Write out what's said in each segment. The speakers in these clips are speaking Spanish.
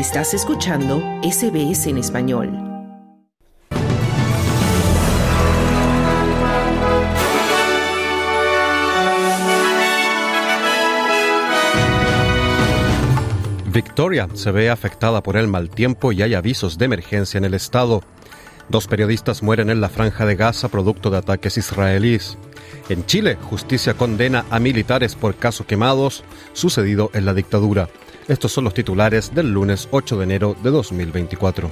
Estás escuchando SBS en español. Victoria se ve afectada por el mal tiempo y hay avisos de emergencia en el estado. 2 periodistas mueren en la Franja de Gaza producto de ataques israelíes. En Chile, justicia condena a militares por casos quemados sucedido en la dictadura. Estos son los titulares del lunes 8 de enero de 2024.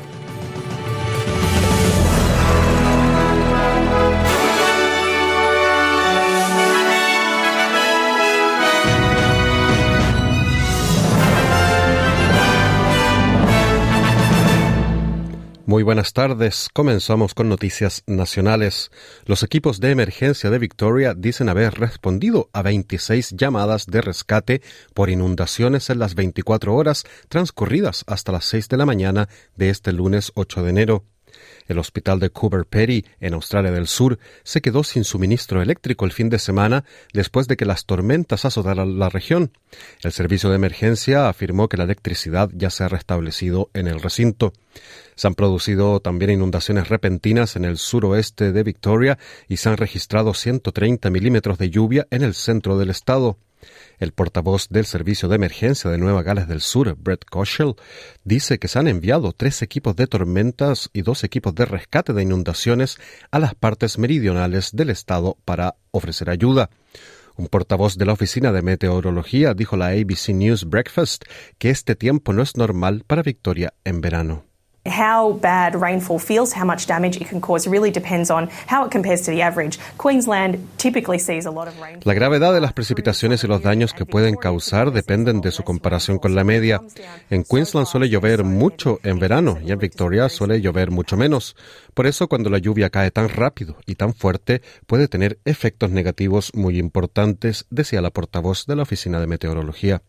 Muy buenas tardes. Comenzamos con noticias nacionales. Los equipos de emergencia de Victoria dicen haber respondido a 26 llamadas de rescate por inundaciones en las 24 horas transcurridas hasta las 6 de la mañana de este lunes 8 de enero. El hospital de Coober Pedy, en Australia del Sur, se quedó sin suministro eléctrico el fin de semana después de que las tormentas azotaran la región. El servicio de emergencia afirmó que la electricidad ya se ha restablecido en el recinto. Se han producido también inundaciones repentinas en el suroeste de Victoria y se han registrado 130 milímetros de lluvia en el centro del estado. El portavoz del Servicio de Emergencia de Nueva Gales del Sur, Brett Koschel, dice que se han enviado 3 equipos de tormentas y 2 equipos de rescate de inundaciones a las partes meridionales del estado para ofrecer ayuda. Un portavoz de la Oficina de Meteorología dijo a la ABC News Breakfast que este tiempo no es normal para Victoria en verano. How bad rainfall feels, how much damage it can cause, really depends on how it compares to the average. Queensland typically sees a lot of rainfall. La gravedad de las precipitaciones y los daños que pueden causar dependen de su comparación con la media. En Queensland suele llover mucho en verano y en Victoria suele llover mucho menos. Por eso, cuando la lluvia cae tan rápido y tan fuerte, puede tener efectos negativos muy importantes, decía la portavoz de la Oficina de Meteorología.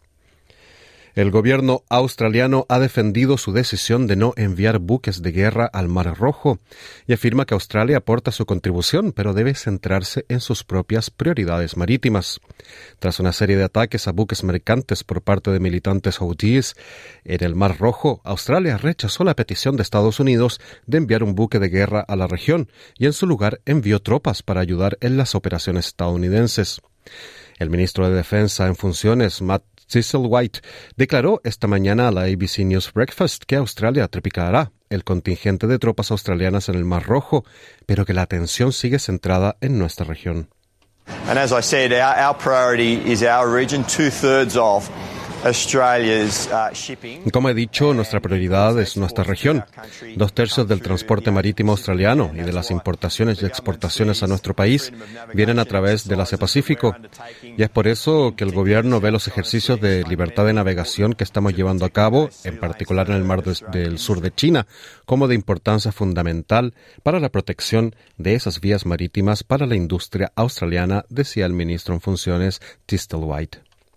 El gobierno australiano ha defendido su decisión de no enviar buques de guerra al Mar Rojo y afirma que Australia aporta su contribución, pero debe centrarse en sus propias prioridades marítimas. Tras una serie de ataques a buques mercantes por parte de militantes houthis en el Mar Rojo, Australia rechazó la petición de Estados Unidos de enviar un buque de guerra a la región y en su lugar envió tropas para ayudar en las operaciones estadounidenses. El ministro de Defensa en funciones, Matt White, declaró esta mañana a la ABC News Breakfast que Australia triplicará el contingente de tropas australianas en el Mar Rojo, pero que la atención sigue centrada en nuestra región. And as I said, our priority is our region. 2/3 of Australia's shipping. Como he dicho, nuestra prioridad es nuestra región. 2/3 del transporte marítimo australiano y de las importaciones y exportaciones a nuestro país vienen a través del Asia-Pacífico. Y es por eso que el gobierno ve los ejercicios de libertad de navegación que estamos llevando a cabo, en particular en el mar del sur de China, como de importancia fundamental para la protección de esas vías marítimas para la industria australiana, decía el ministro en funciones, White.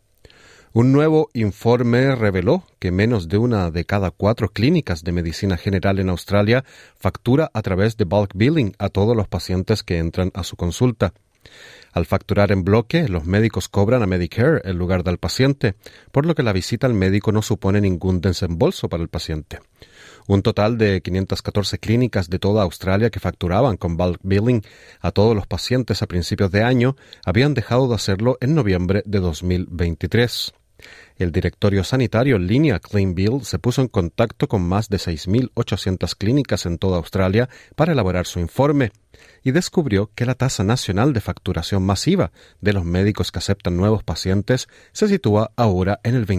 Un nuevo informe reveló que menos de 1 de cada 4 clínicas de medicina general en Australia factura a través de bulk billing a todos los pacientes que entran a su consulta. Al facturar en bloque, los médicos cobran a Medicare en lugar del paciente, por lo que la visita al médico no supone ningún desembolso para el paciente. Un total de 514 clínicas de toda Australia que facturaban con bulk billing a todos los pacientes a principios de año habían dejado de hacerlo en noviembre de 2023. El directorio sanitario en línea Clean Bill se puso en contacto con más de 6.800 clínicas en toda Australia para elaborar su informe y descubrió que la tasa nacional de facturación masiva de los médicos que aceptan nuevos pacientes se sitúa ahora en el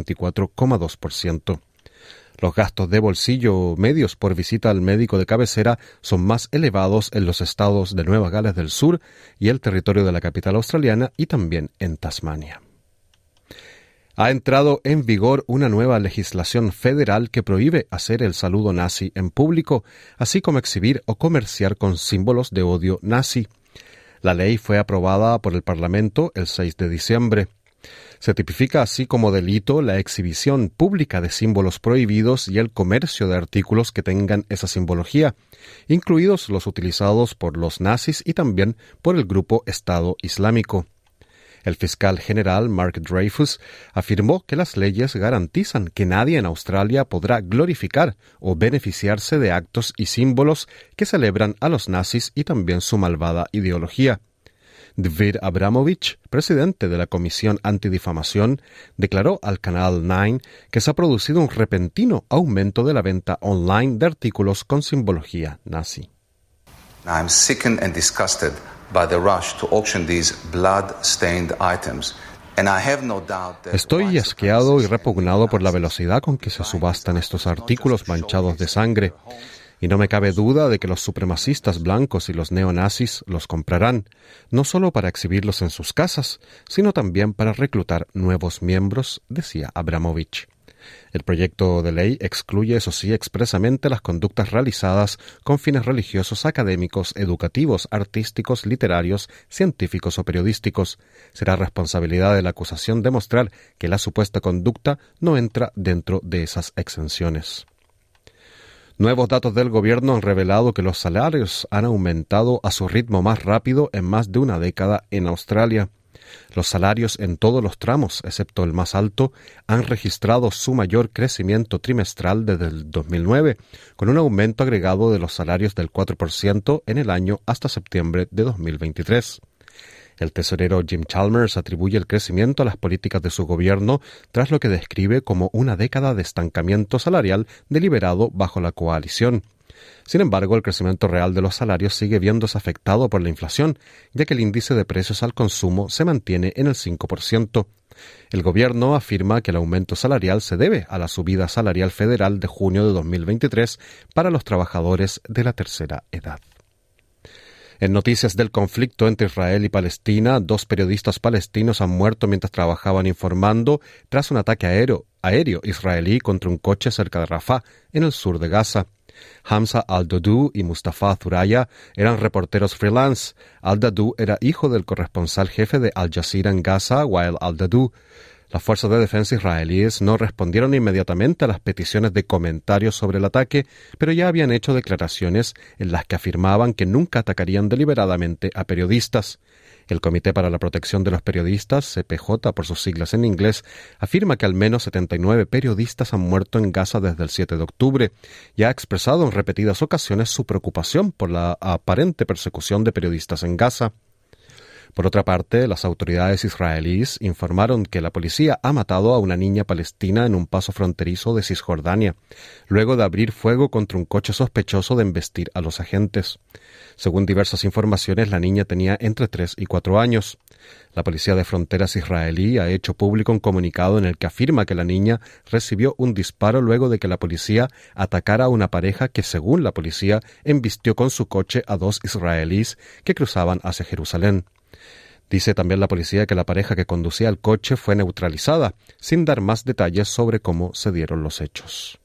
24,2%. Los gastos de bolsillo medios por visita al médico de cabecera son más elevados en los estados de Nueva Gales del Sur y el territorio de la capital australiana y también en Tasmania. Ha entrado en vigor una nueva legislación federal que prohíbe hacer el saludo nazi en público, así como exhibir o comerciar con símbolos de odio nazi. La ley fue aprobada por el Parlamento el 6 de diciembre. Se tipifica así como delito la exhibición pública de símbolos prohibidos y el comercio de artículos que tengan esa simbología, incluidos los utilizados por los nazis y también por el grupo Estado Islámico. El fiscal general Mark Dreyfus afirmó que las leyes garantizan que nadie en Australia podrá glorificar o beneficiarse de actos y símbolos que celebran a los nazis y también su malvada ideología. David Abramovich, presidente de la Comisión Antidifamación, declaró al Canal 9 que se ha producido un repentino aumento de la venta online de artículos con simbología nazi. I'm sickened and disgusted by the rush to auction these blood-stained items. Estoy asqueado y repugnado por la velocidad con que se subastan estos artículos manchados de sangre. Y no me cabe duda de que los supremacistas blancos y los neonazis los comprarán, no solo para exhibirlos en sus casas, sino también para reclutar nuevos miembros, decía Abramovich. El proyecto de ley excluye, eso sí, expresamente las conductas realizadas con fines religiosos, académicos, educativos, artísticos, literarios, científicos o periodísticos. Será responsabilidad de la acusación demostrar que la supuesta conducta no entra dentro de esas exenciones. Nuevos datos del gobierno han revelado que los salarios han aumentado a su ritmo más rápido en más de una década en Australia. Los salarios en todos los tramos, excepto el más alto, han registrado su mayor crecimiento trimestral desde el 2009, con un aumento agregado de los salarios del 4% en el año hasta septiembre de 2023. El tesorero Jim Chalmers atribuye el crecimiento a las políticas de su gobierno tras lo que describe como una década de estancamiento salarial deliberado bajo la coalición. Sin embargo, el crecimiento real de los salarios sigue viéndose afectado por la inflación, ya que el índice de precios al consumo se mantiene en el 5%. El gobierno afirma que el aumento salarial se debe a la subida salarial federal de junio de 2023 para los trabajadores de la tercera edad. En noticias del conflicto entre Israel y Palestina, 2 periodistas palestinos han muerto mientras trabajaban informando tras un ataque aéreo israelí contra un coche cerca de Rafah, en el sur de Gaza. Hamza al-Dodoo y Mustafa Thuraya eran reporteros freelance. Al-Dodoo era hijo del corresponsal jefe de Al Jazeera en Gaza, Wael al-Dodoo. Las fuerzas de defensa israelíes no respondieron inmediatamente a las peticiones de comentarios sobre el ataque, pero ya habían hecho declaraciones en las que afirmaban que nunca atacarían deliberadamente a periodistas. El Comité para la Protección de los Periodistas, CPJ por sus siglas en inglés, afirma que al menos 79 periodistas han muerto en Gaza desde el 7 de octubre y ha expresado en repetidas ocasiones su preocupación por la aparente persecución de periodistas en Gaza. Por otra parte, las autoridades israelíes informaron que la policía ha matado a una niña palestina en un paso fronterizo de Cisjordania, luego de abrir fuego contra un coche sospechoso de embestir a los agentes. Según diversas informaciones, la niña tenía entre 3 y 4 años. La Policía de Fronteras israelí ha hecho público un comunicado en el que afirma que la niña recibió un disparo luego de que la policía atacara a una pareja que, según la policía, embistió con su coche a 2 israelíes que cruzaban hacia Jerusalén. Dice también la policía que la pareja que conducía el coche fue neutralizada, sin dar más detalles sobre cómo se dieron los hechos.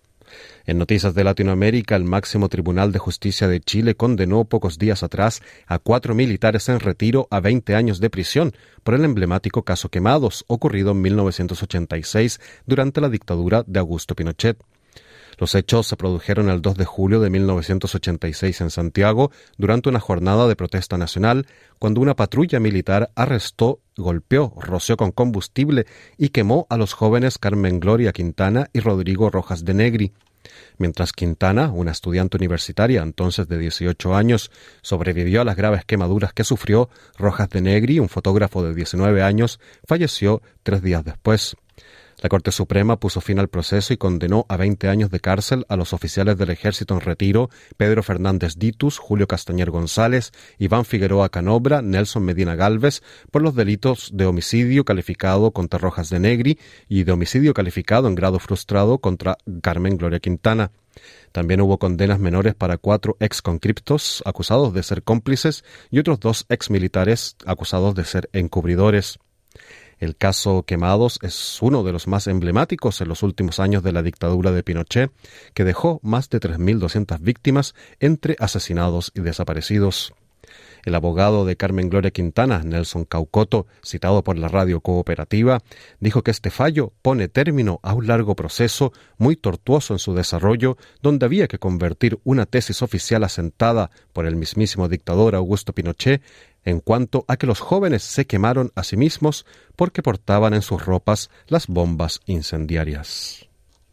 En noticias de Latinoamérica, el máximo Tribunal de Justicia de Chile condenó pocos días atrás a 4 militares en retiro a 20 años de prisión por el emblemático caso Quemados, ocurrido en 1986 durante la dictadura de Augusto Pinochet. Los hechos se produjeron el 2 de julio de 1986 en Santiago durante una jornada de protesta nacional, cuando una patrulla militar arrestó, golpeó, roció con combustible y quemó a los jóvenes Carmen Gloria Quintana y Rodrigo Rojas de Negri. Mientras Quintana, una estudiante universitaria entonces de 18 años, sobrevivió a las graves quemaduras que sufrió, Rojas de Negri, un fotógrafo de 19 años, falleció 3 días después. La Corte Suprema puso fin al proceso y condenó a 20 años de cárcel a los oficiales del Ejército en retiro Pedro Fernández Ditus, Julio Castañer González, Iván Figueroa Canobra, Nelson Medina Gálvez por los delitos de homicidio calificado contra Rojas de Negri y de homicidio calificado en grado frustrado contra Carmen Gloria Quintana. También hubo condenas menores para 4 exconcriptos acusados de ser cómplices y otros 2 exmilitares acusados de ser encubridores. El caso Quemados es uno de los más emblemáticos en los últimos años de la dictadura de Pinochet, que dejó más de 3.200 víctimas entre asesinados y desaparecidos. El abogado de Carmen Gloria Quintana, Nelson Caucoto, citado por la radio cooperativa, dijo que este fallo pone término a un largo proceso muy tortuoso en su desarrollo, donde había que convertir una tesis oficial asentada por el mismísimo dictador Augusto Pinochet en cuanto a que los jóvenes se quemaron a sí mismos porque portaban en sus ropas las bombas incendiarias.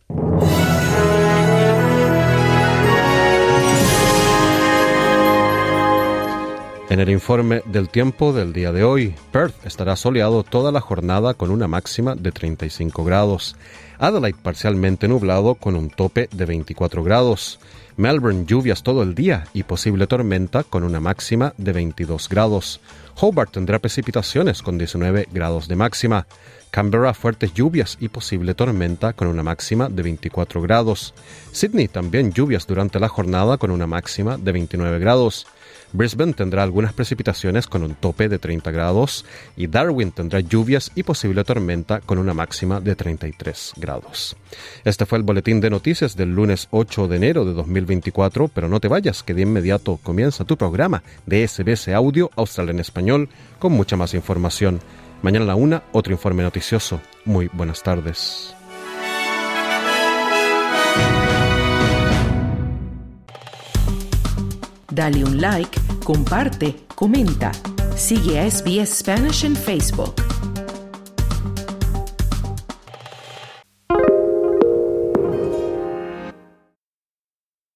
En el informe del tiempo del día de hoy, Perth estará soleado toda la jornada con una máxima de 35 grados. Adelaide parcialmente nublado con un tope de 24 grados. Melbourne lluvias todo el día y posible tormenta con una máxima de 22 grados. Hobart tendrá precipitaciones con 19 grados de máxima. Canberra fuertes lluvias y posible tormenta con una máxima de 24 grados. Sydney también lluvias durante la jornada con una máxima de 29 grados. Brisbane tendrá algunas precipitaciones con un tope de 30 grados y Darwin tendrá lluvias y posible tormenta con una máxima de 33 grados. Este fue el boletín de noticias del lunes 8 de enero de 2024, pero no te vayas, que de inmediato comienza tu programa de SBS Audio Australia en Español con mucha más información. Mañana a la 1, otro informe noticioso. Muy buenas tardes. Dale un like, comparte, comenta. Sigue a SBS Spanish en Facebook.